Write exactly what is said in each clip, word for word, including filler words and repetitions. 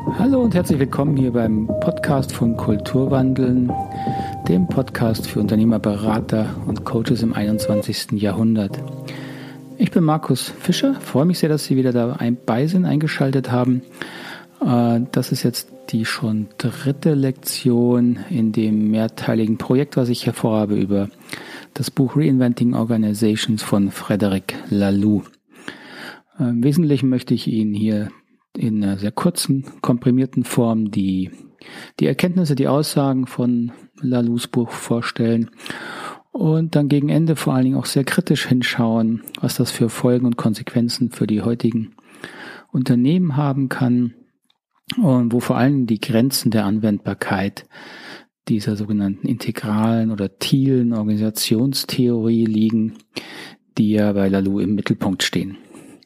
Hallo und herzlich willkommen hier beim Podcast von Kulturwandeln, dem Podcast für Unternehmer, Berater und Coaches im einundzwanzigsten Jahrhundert. Ich bin Markus Fischer, freue mich sehr, dass Sie wieder dabei sind, eingeschaltet haben. Das ist jetzt die schon dritte Lektion in dem mehrteiligen Projekt, was ich hervorhabe über das Buch Reinventing Organizations von Frederic Laloux. Im Wesentlichen möchte ich Ihnen hier in einer sehr kurzen, komprimierten Form die, die Erkenntnisse, die Aussagen von Lalous Buch vorstellen und dann gegen Ende vor allen Dingen auch sehr kritisch hinschauen, was das für Folgen und Konsequenzen für die heutigen Unternehmen haben kann und wo vor allem die Grenzen der Anwendbarkeit dieser sogenannten integralen oder Thielen Organisationstheorie liegen, die ja bei Laloux im Mittelpunkt stehen.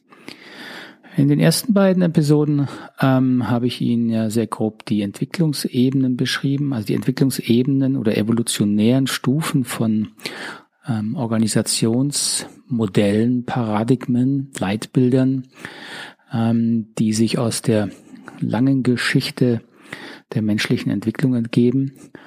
In den ersten beiden Episoden ähm, habe ich Ihnen ja sehr grob die Entwicklungsebenen beschrieben, also die Entwicklungsebenen oder evolutionären Stufen von ähm, Organisationsmodellen, Paradigmen, Leitbildern, ähm, die sich aus der langen Geschichte der menschlichen Entwicklung ergeben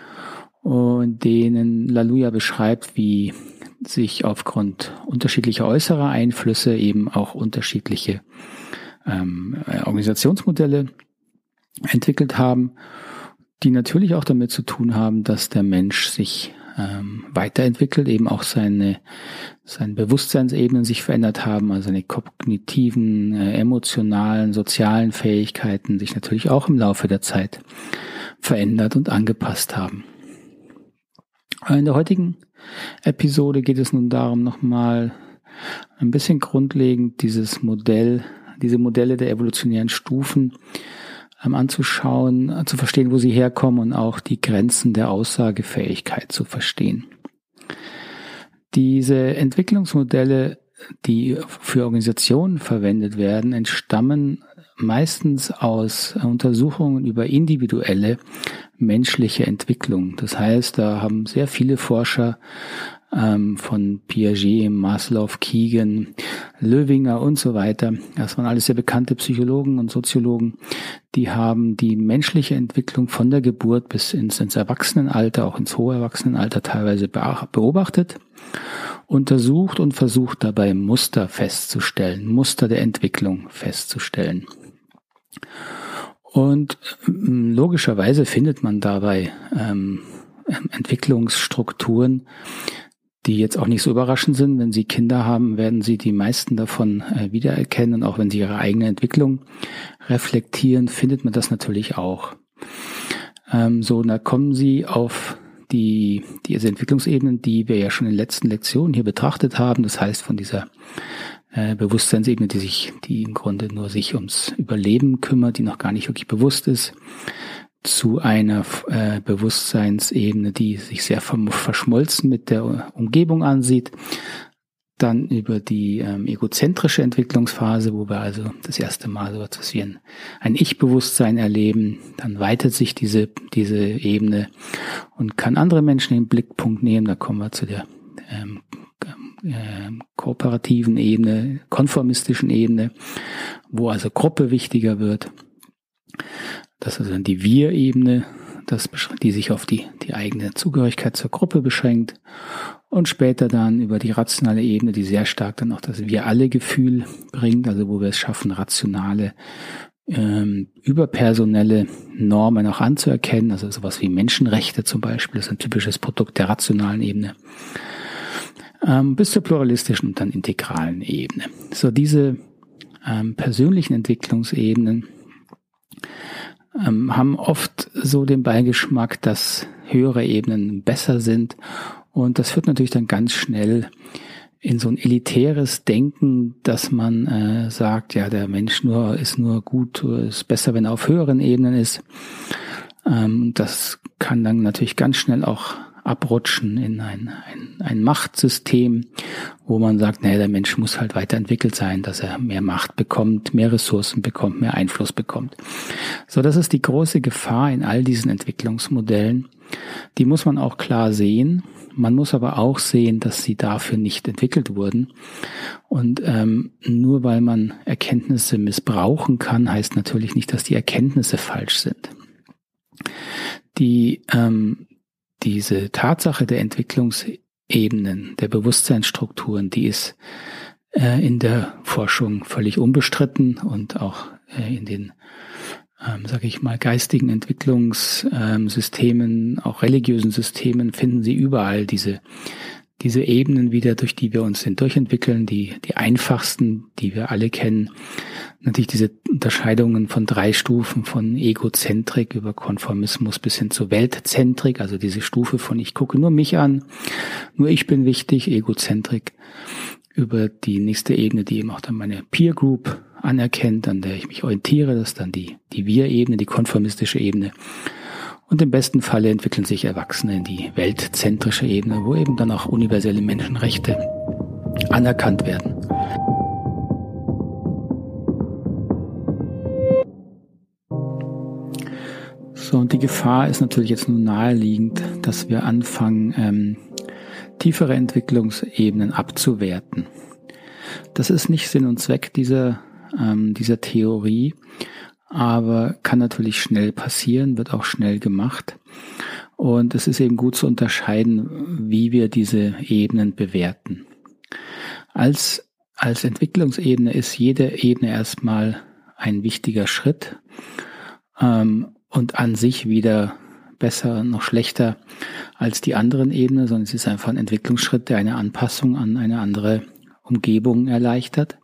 und denen Laloux ja beschreibt, wie sich aufgrund unterschiedlicher äußerer Einflüsse eben auch unterschiedliche ähm, Organisationsmodelle entwickelt haben, die natürlich auch damit zu tun haben, dass der Mensch sich ähm, weiterentwickelt, eben auch seine, seine Bewusstseinsebenen sich verändert haben, also seine kognitiven, äh, emotionalen, sozialen Fähigkeiten sich natürlich auch im Laufe der Zeit verändert und angepasst haben. In der heutigen Episode geht es nun darum, nochmal ein bisschen grundlegend dieses Modell, diese Modelle der evolutionären Stufen ähm, anzuschauen, äh, zu verstehen, wo sie herkommen und auch die Grenzen der Aussagefähigkeit zu verstehen. Diese Entwicklungsmodelle, die für Organisationen verwendet werden, entstammen meistens aus Untersuchungen über individuelle menschliche Entwicklung. Das heißt, da haben sehr viele Forscher ähm, von Piaget, Maslow, Kegan, Löwinger und so weiter, das waren alles sehr bekannte Psychologen und Soziologen, die haben die menschliche Entwicklung von der Geburt bis ins, ins Erwachsenenalter, auch ins hohe Erwachsenenalter teilweise beobachtet, untersucht und versucht dabei Muster festzustellen, Muster der Entwicklung festzustellen. Und logischerweise findet man dabei ähm, Entwicklungsstrukturen, die jetzt auch nicht so überraschend sind. Wenn Sie Kinder haben, werden Sie die meisten davon äh, wiedererkennen. Und auch wenn Sie Ihre eigene Entwicklung reflektieren, findet man das natürlich auch. Ähm, so, da kommen Sie auf die diese Entwicklungsebenen, die wir ja schon in den letzten Lektionen hier betrachtet haben. Das heißt, von dieser äh, Bewusstseinsebene, die sich, die im Grunde nur sich ums Überleben kümmert, die noch gar nicht wirklich bewusst ist, zu einer äh, Bewusstseinsebene, die sich sehr verschmolzen mit der Umgebung ansieht. Dann über die ähm, egozentrische Entwicklungsphase, wo wir also das erste Mal so etwas wie ein, ein Ich-Bewusstsein erleben. Dann weitet sich diese diese Ebene und kann andere Menschen in den Blickpunkt nehmen. Da kommen wir zu der ähm, äh, kooperativen Ebene, konformistischen Ebene, wo also Gruppe wichtiger wird. Das ist also dann die Wir-Ebene, das, die sich auf die, die eigene Zugehörigkeit zur Gruppe beschränkt. Und später dann über die rationale Ebene, die sehr stark dann auch das Wir-alle-Gefühl bringt, also wo wir es schaffen, rationale, ähm, überpersonelle Normen auch anzuerkennen, also sowas wie Menschenrechte zum Beispiel, das ist ein typisches Produkt der rationalen Ebene, ähm, bis zur pluralistischen und dann integralen Ebene. So diese ähm, persönlichen Entwicklungsebenen ähm, haben oft so den Beigeschmack, dass höhere Ebenen besser sind. Und das führt natürlich dann ganz schnell in so ein elitäres Denken, dass man äh, sagt, ja, der Mensch nur ist nur gut, ist besser, wenn er auf höheren Ebenen ist. Ähm, das kann dann natürlich ganz schnell auch abrutschen in ein, ein, ein Machtsystem, wo man sagt, naja, der Mensch muss halt weiterentwickelt sein, dass er mehr Macht bekommt, mehr Ressourcen bekommt, mehr Einfluss bekommt. So, das ist die große Gefahr in all diesen Entwicklungsmodellen. Die muss man auch klar sehen. Man muss aber auch sehen, dass sie dafür nicht entwickelt wurden. Und ähm, nur weil man Erkenntnisse missbrauchen kann, heißt natürlich nicht, dass die Erkenntnisse falsch sind. Die ähm, diese Tatsache der Entwicklungsebenen, der Bewusstseinsstrukturen, die ist äh, in der Forschung völlig unbestritten und auch äh, in den Ähm, sage ich mal, geistigen Entwicklungssystemen, ähm, auch religiösen Systemen, finden Sie überall diese diese Ebenen wieder, durch die wir uns hindurchentwickeln, die die einfachsten, die wir alle kennen. Natürlich diese Unterscheidungen von drei Stufen, von Egozentrik über Konformismus bis hin zu Weltzentrik, also diese Stufe von ich gucke nur mich an, nur ich bin wichtig, Egozentrik, über die nächste Ebene, die eben auch dann meine Peer Group anerkennt, an der ich mich orientiere, das ist dann die, die Wir-Ebene, die konformistische Ebene. Und im besten Falle entwickeln sich Erwachsene in die weltzentrische Ebene, wo eben dann auch universelle Menschenrechte anerkannt werden. So, und die Gefahr ist natürlich jetzt nun naheliegend, dass wir anfangen, ähm, tiefere Entwicklungsebenen abzuwerten. Das ist nicht Sinn und Zweck dieser ähm, dieser Theorie, aber kann natürlich schnell passieren, wird auch schnell gemacht. Und es ist eben gut zu unterscheiden, wie wir diese Ebenen bewerten. Als, als Entwicklungsebene ist jede Ebene erstmal ein wichtiger Schritt ähm, und an sich weder besser noch schlechter als die anderen Ebenen, sondern es ist einfach ein Entwicklungsschritt, der eine Anpassung an eine andere Umgebung erleichtert.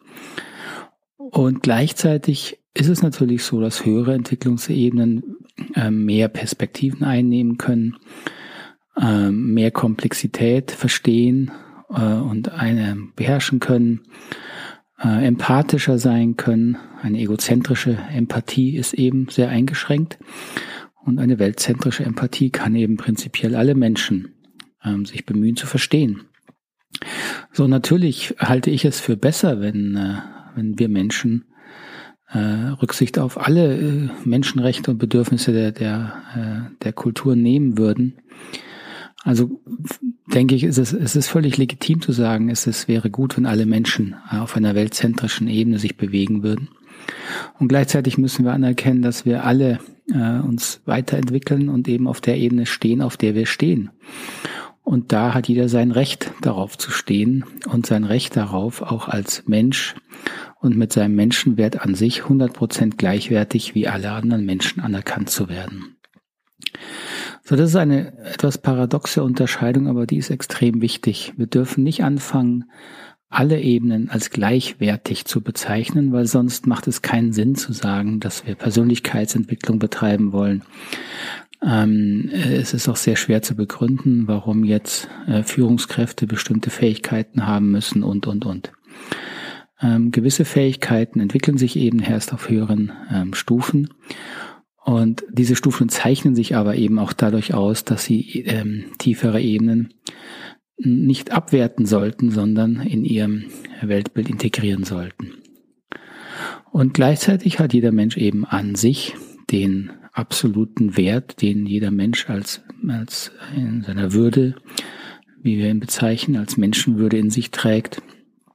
Und gleichzeitig ist es natürlich so, dass höhere Entwicklungsebenen äh, mehr Perspektiven einnehmen können, äh, mehr Komplexität verstehen äh, und eine beherrschen können, äh, empathischer sein können. Eine egozentrische Empathie ist eben sehr eingeschränkt und eine weltzentrische Empathie kann eben prinzipiell alle Menschen äh, sich bemühen zu verstehen. So, natürlich halte ich es für besser, wenn äh, wenn wir Menschen äh, Rücksicht auf alle äh, Menschenrechte und Bedürfnisse der der äh, der Kultur nehmen würden. Also denke ich, ist es es ist völlig legitim zu sagen, es, es wäre gut, wenn alle Menschen äh, auf einer weltzentrischen Ebene sich bewegen würden. Und gleichzeitig müssen wir anerkennen, dass wir alle äh, uns weiterentwickeln und eben auf der Ebene stehen, auf der wir stehen. Und da hat jeder sein Recht darauf zu stehen und sein Recht darauf, auch als Mensch und mit seinem Menschenwert an sich hundert Prozent gleichwertig wie alle anderen Menschen anerkannt zu werden. So, das ist eine etwas paradoxe Unterscheidung, aber die ist extrem wichtig. Wir dürfen nicht anfangen, alle Ebenen als gleichwertig zu bezeichnen, weil sonst macht es keinen Sinn zu sagen, dass wir Persönlichkeitsentwicklung betreiben wollen. Ähm, es ist auch sehr schwer zu begründen, warum jetzt äh, Führungskräfte bestimmte Fähigkeiten haben müssen und, und, und. Ähm, gewisse Fähigkeiten entwickeln sich eben erst auf höheren ähm, Stufen. Und diese Stufen zeichnen sich aber eben auch dadurch aus, dass sie ähm, tiefere Ebenen nicht abwerten sollten, sondern in ihrem Weltbild integrieren sollten. Und gleichzeitig hat jeder Mensch eben an sich den absoluten Wert, den jeder Mensch als, als in seiner Würde, wie wir ihn bezeichnen, als Menschenwürde in sich trägt.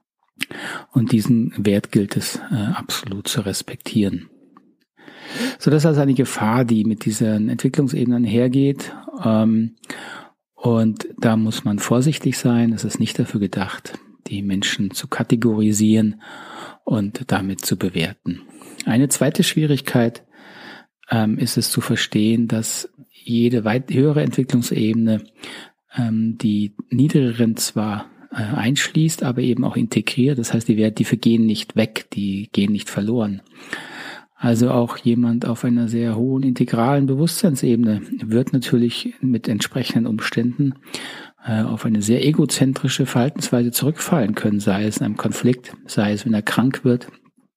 Und diesen Wert gilt es äh, absolut zu respektieren. So, das ist also eine Gefahr, die mit diesen Entwicklungsebenen hergeht. Ähm, und da muss man vorsichtig sein. Es ist nicht dafür gedacht, die Menschen zu kategorisieren und damit zu bewerten. Eine zweite Schwierigkeit ähm, ist es zu verstehen, dass jede weit höhere Entwicklungsebene ähm, die niedrigeren zwar äh, einschließt, aber eben auch integriert. Das heißt, die Werte, die vergehen nicht weg, die gehen nicht verloren. Also auch jemand auf einer sehr hohen integralen Bewusstseinsebene wird natürlich mit entsprechenden Umständen äh, auf eine sehr egozentrische Verhaltensweise zurückfallen können, sei es in einem Konflikt, sei es, wenn er krank wird.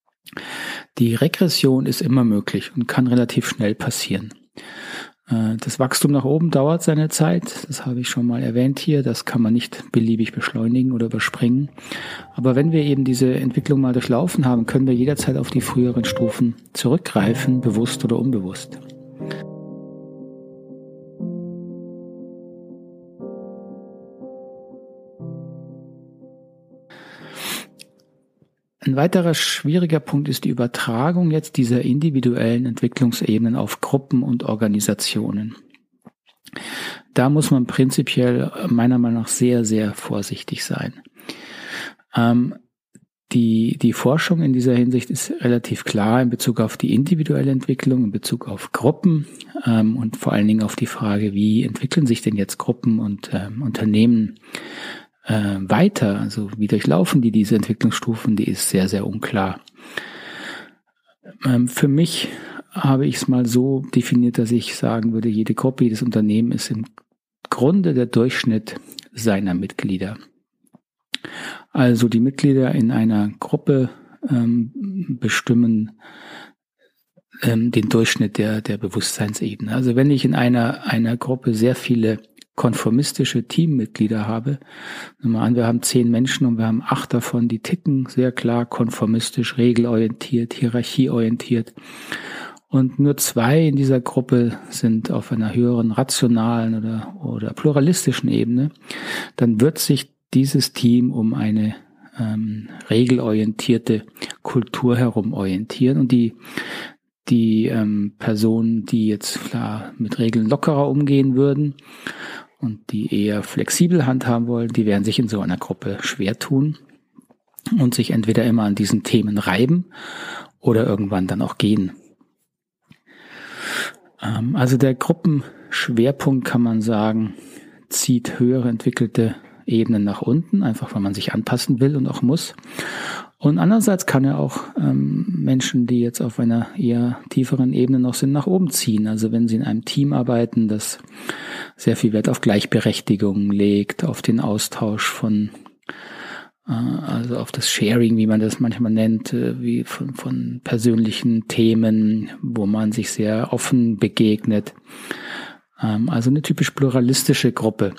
Die Regression ist immer möglich und kann relativ schnell passieren. Äh, das Wachstum nach oben dauert seine Zeit, das habe ich schon mal erwähnt hier, das kann man nicht beliebig beschleunigen oder überspringen. Aber wenn wir eben diese Entwicklung mal durchlaufen haben, können wir jederzeit auf die früheren Stufen zurückgreifen, bewusst oder unbewusst. Ein weiterer schwieriger Punkt ist die Übertragung jetzt dieser individuellen Entwicklungsebenen auf Gruppen und Organisationen. Da muss man prinzipiell meiner Meinung nach sehr, sehr vorsichtig sein. Ähm, die, die Forschung in dieser Hinsicht ist relativ klar in Bezug auf die individuelle Entwicklung, in Bezug auf Gruppen ähm, und vor allen Dingen auf die Frage, wie entwickeln sich denn jetzt Gruppen und ähm, Unternehmen äh, weiter, also wie durchlaufen die diese Entwicklungsstufen, die ist sehr, sehr unklar. Ähm, für mich habe ich es mal so definiert, dass ich sagen würde, jede Gruppe, jedes Unternehmen ist im Grunde der Durchschnitt seiner Mitglieder. Also die Mitglieder in einer Gruppe ähm, bestimmen ähm, den Durchschnitt der, der Bewusstseinsebene. Also wenn ich in einer, einer Gruppe sehr viele konformistische Teammitglieder habe. Nehmen wir an, wir haben zehn Menschen und wir haben acht davon, die ticken sehr klar konformistisch, regelorientiert, hierarchieorientiert. Und nur zwei in dieser Gruppe sind auf einer höheren rationalen oder, oder pluralistischen Ebene. Dann wird sich dieses Team um eine ähm, regelorientierte Kultur herum orientieren. Und die die ähm, Personen, die jetzt klar mit Regeln lockerer umgehen würden und die eher flexibel handhaben wollen, die werden sich in so einer Gruppe schwer tun und sich entweder immer an diesen Themen reiben oder irgendwann dann auch gehen. Ähm, also der Gruppenschwerpunkt, kann man sagen, zieht höhere entwickelte Ebenen nach unten, einfach weil man sich anpassen will und auch muss. Und andererseits kann er auch ähm, Menschen, die jetzt auf einer eher tieferen Ebene noch sind, nach oben ziehen. Also wenn sie in einem Team arbeiten, das sehr viel Wert auf Gleichberechtigung legt, auf den Austausch von, äh, also auf das Sharing, wie man das manchmal nennt, äh, wie von, von persönlichen Themen, wo man sich sehr offen begegnet. Ähm, also eine typisch pluralistische Gruppe.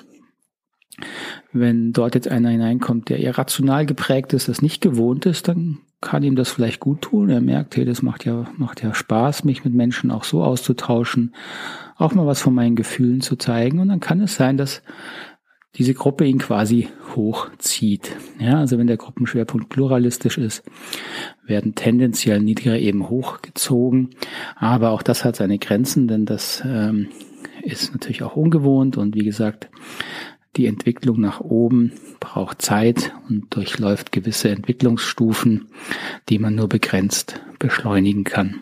Wenn dort jetzt einer hineinkommt, der eher rational geprägt ist, das nicht gewohnt ist, dann kann ihm das vielleicht gut tun. Er merkt, hey, das macht ja, macht ja Spaß, mich mit Menschen auch so auszutauschen, auch mal was von meinen Gefühlen zu zeigen. Und dann kann es sein, dass diese Gruppe ihn quasi hochzieht. Ja, also wenn der Gruppenschwerpunkt pluralistisch ist, werden tendenziell niedrigere eben hochgezogen. Aber auch das hat seine Grenzen, denn das ähm, ist natürlich auch ungewohnt. Und wie gesagt, die Entwicklung nach oben braucht Zeit und durchläuft gewisse Entwicklungsstufen, die man nur begrenzt beschleunigen kann.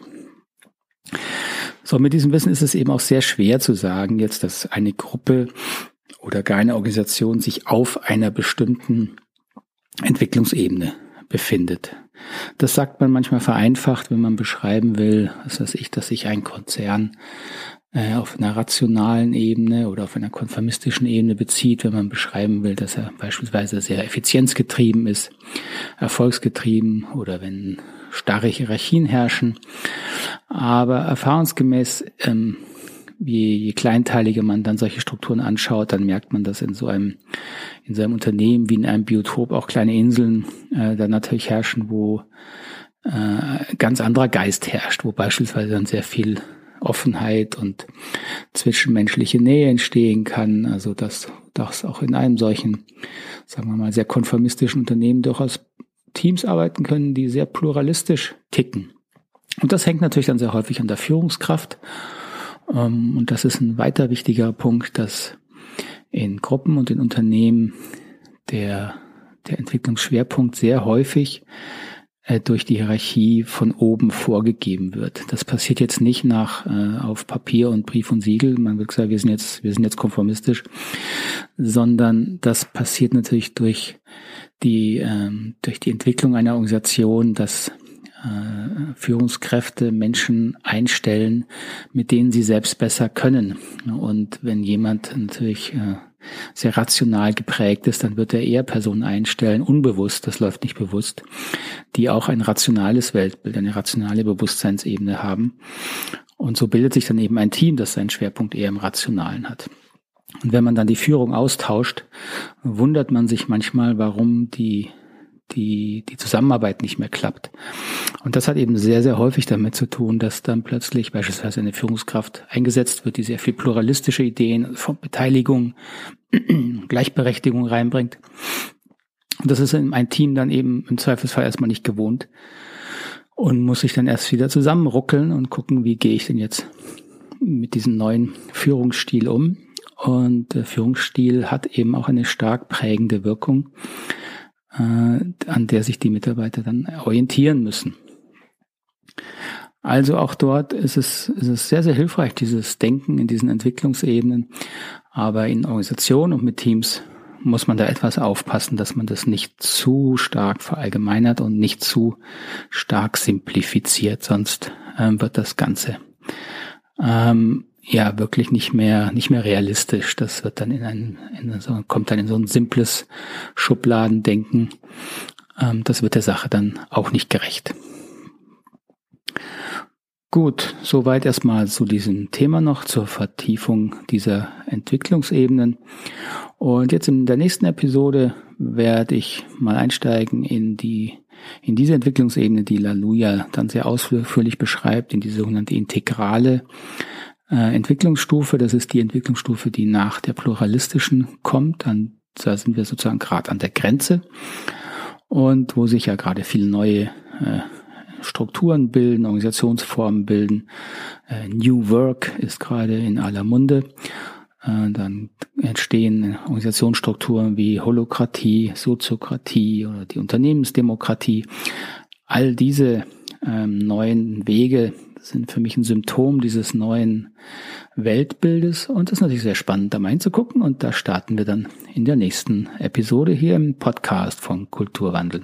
So, mit diesem Wissen ist es eben auch sehr schwer zu sagen jetzt, dass eine Gruppe oder gar eine Organisation sich auf einer bestimmten Entwicklungsebene befindet. Das sagt man manchmal vereinfacht, wenn man beschreiben will, was weiß ich, dass sich ein Konzern äh, auf einer rationalen Ebene oder auf einer konformistischen Ebene bezieht, wenn man beschreiben will, dass er beispielsweise sehr effizienzgetrieben ist, erfolgsgetrieben oder wenn starre Hierarchien herrschen. Aber erfahrungsgemäß, ähm, je, je kleinteiliger man dann solche Strukturen anschaut, dann merkt man, dass in so einem in so einem Unternehmen wie in einem Biotop auch kleine Inseln äh, dann natürlich herrschen, wo äh, ganz anderer Geist herrscht, wo beispielsweise dann sehr viel Offenheit und zwischenmenschliche Nähe entstehen kann. Also dass, dass auch in einem solchen, sagen wir mal, sehr konformistischen Unternehmen durchaus Teams arbeiten können, die sehr pluralistisch ticken. Und das hängt natürlich dann sehr häufig an der Führungskraft. Und das ist ein weiter wichtiger Punkt, dass in Gruppen und in Unternehmen der, der Entwicklungsschwerpunkt sehr häufig durch die Hierarchie von oben vorgegeben wird. Das passiert jetzt nicht nach äh, auf Papier und Brief und Siegel. Man wird gesagt, wir sind jetzt wir sind jetzt konformistisch, sondern das passiert natürlich durch die ähm, durch die Entwicklung einer Organisation, dass äh, Führungskräfte Menschen einstellen, mit denen sie selbst besser können. Und wenn jemand natürlich äh, sehr rational geprägt ist, dann wird er eher Personen einstellen, unbewusst, das läuft nicht bewusst, die auch ein rationales Weltbild, eine rationale Bewusstseinsebene haben. Und so bildet sich dann eben ein Team, das seinen Schwerpunkt eher im Rationalen hat. Und wenn man dann die Führung austauscht, wundert man sich manchmal, warum die die die Zusammenarbeit nicht mehr klappt. Und das hat eben sehr, sehr häufig damit zu tun, dass dann plötzlich beispielsweise eine Führungskraft eingesetzt wird, die sehr viel pluralistische Ideen von Beteiligung, Gleichberechtigung reinbringt. Und das ist ein Team dann eben im Zweifelsfall erstmal nicht gewohnt und muss sich dann erst wieder zusammenruckeln und gucken, wie gehe ich denn jetzt mit diesem neuen Führungsstil um. Und der Führungsstil hat eben auch eine stark prägende Wirkung, äh, an der sich die Mitarbeiter dann orientieren müssen. Also auch dort ist es, ist es sehr, sehr hilfreich, dieses Denken in diesen Entwicklungsebenen. Aber in Organisationen und mit Teams muss man da etwas aufpassen, dass man das nicht zu stark verallgemeinert und nicht zu stark simplifiziert. Sonst ähm, wird das Ganze ähm, ja wirklich nicht mehr nicht mehr realistisch. Das wird dann in ein in so, kommt dann in so ein simples Schubladendenken. Ähm, das wird der Sache dann auch nicht gerecht. Gut, soweit erstmal zu diesem Thema noch, zur Vertiefung dieser Entwicklungsebenen. Und jetzt in der nächsten Episode werde ich mal einsteigen in die in diese Entwicklungsebene, die Laluja dann sehr ausführlich beschreibt, in die sogenannte integrale äh, Entwicklungsstufe. Das ist die Entwicklungsstufe, die nach der pluralistischen kommt. Dann, da sind wir sozusagen gerade an der Grenze und wo sich ja gerade viele neue äh, Strukturen bilden, Organisationsformen bilden. Äh, New Work ist gerade in aller Munde. Äh, dann entstehen Organisationsstrukturen wie Holokratie, Soziokratie oder die Unternehmensdemokratie. All diese ähm, neuen Wege sind für mich ein Symptom dieses neuen Weltbildes und es ist natürlich sehr spannend, da mal hinzugucken und da starten wir dann in der nächsten Episode hier im Podcast von Kulturwandel.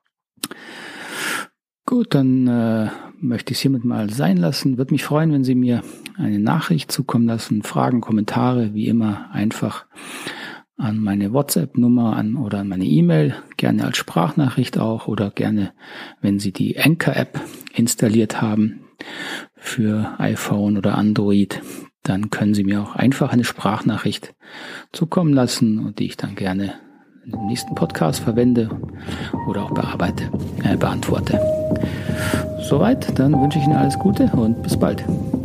Gut, dann äh, möchte ich es hiermit mal sein lassen. Würde mich freuen, wenn Sie mir eine Nachricht zukommen lassen, Fragen, Kommentare, wie immer einfach an meine WhatsApp-Nummer an oder an meine E-Mail, gerne als Sprachnachricht auch oder gerne, wenn Sie die Anchor-App installiert haben für iPhone oder Android, dann können Sie mir auch einfach eine Sprachnachricht zukommen lassen und die ich dann gerne im nächsten Podcast verwende oder auch bearbeite, äh, beantworte. Soweit, dann wünsche ich Ihnen alles Gute und bis bald.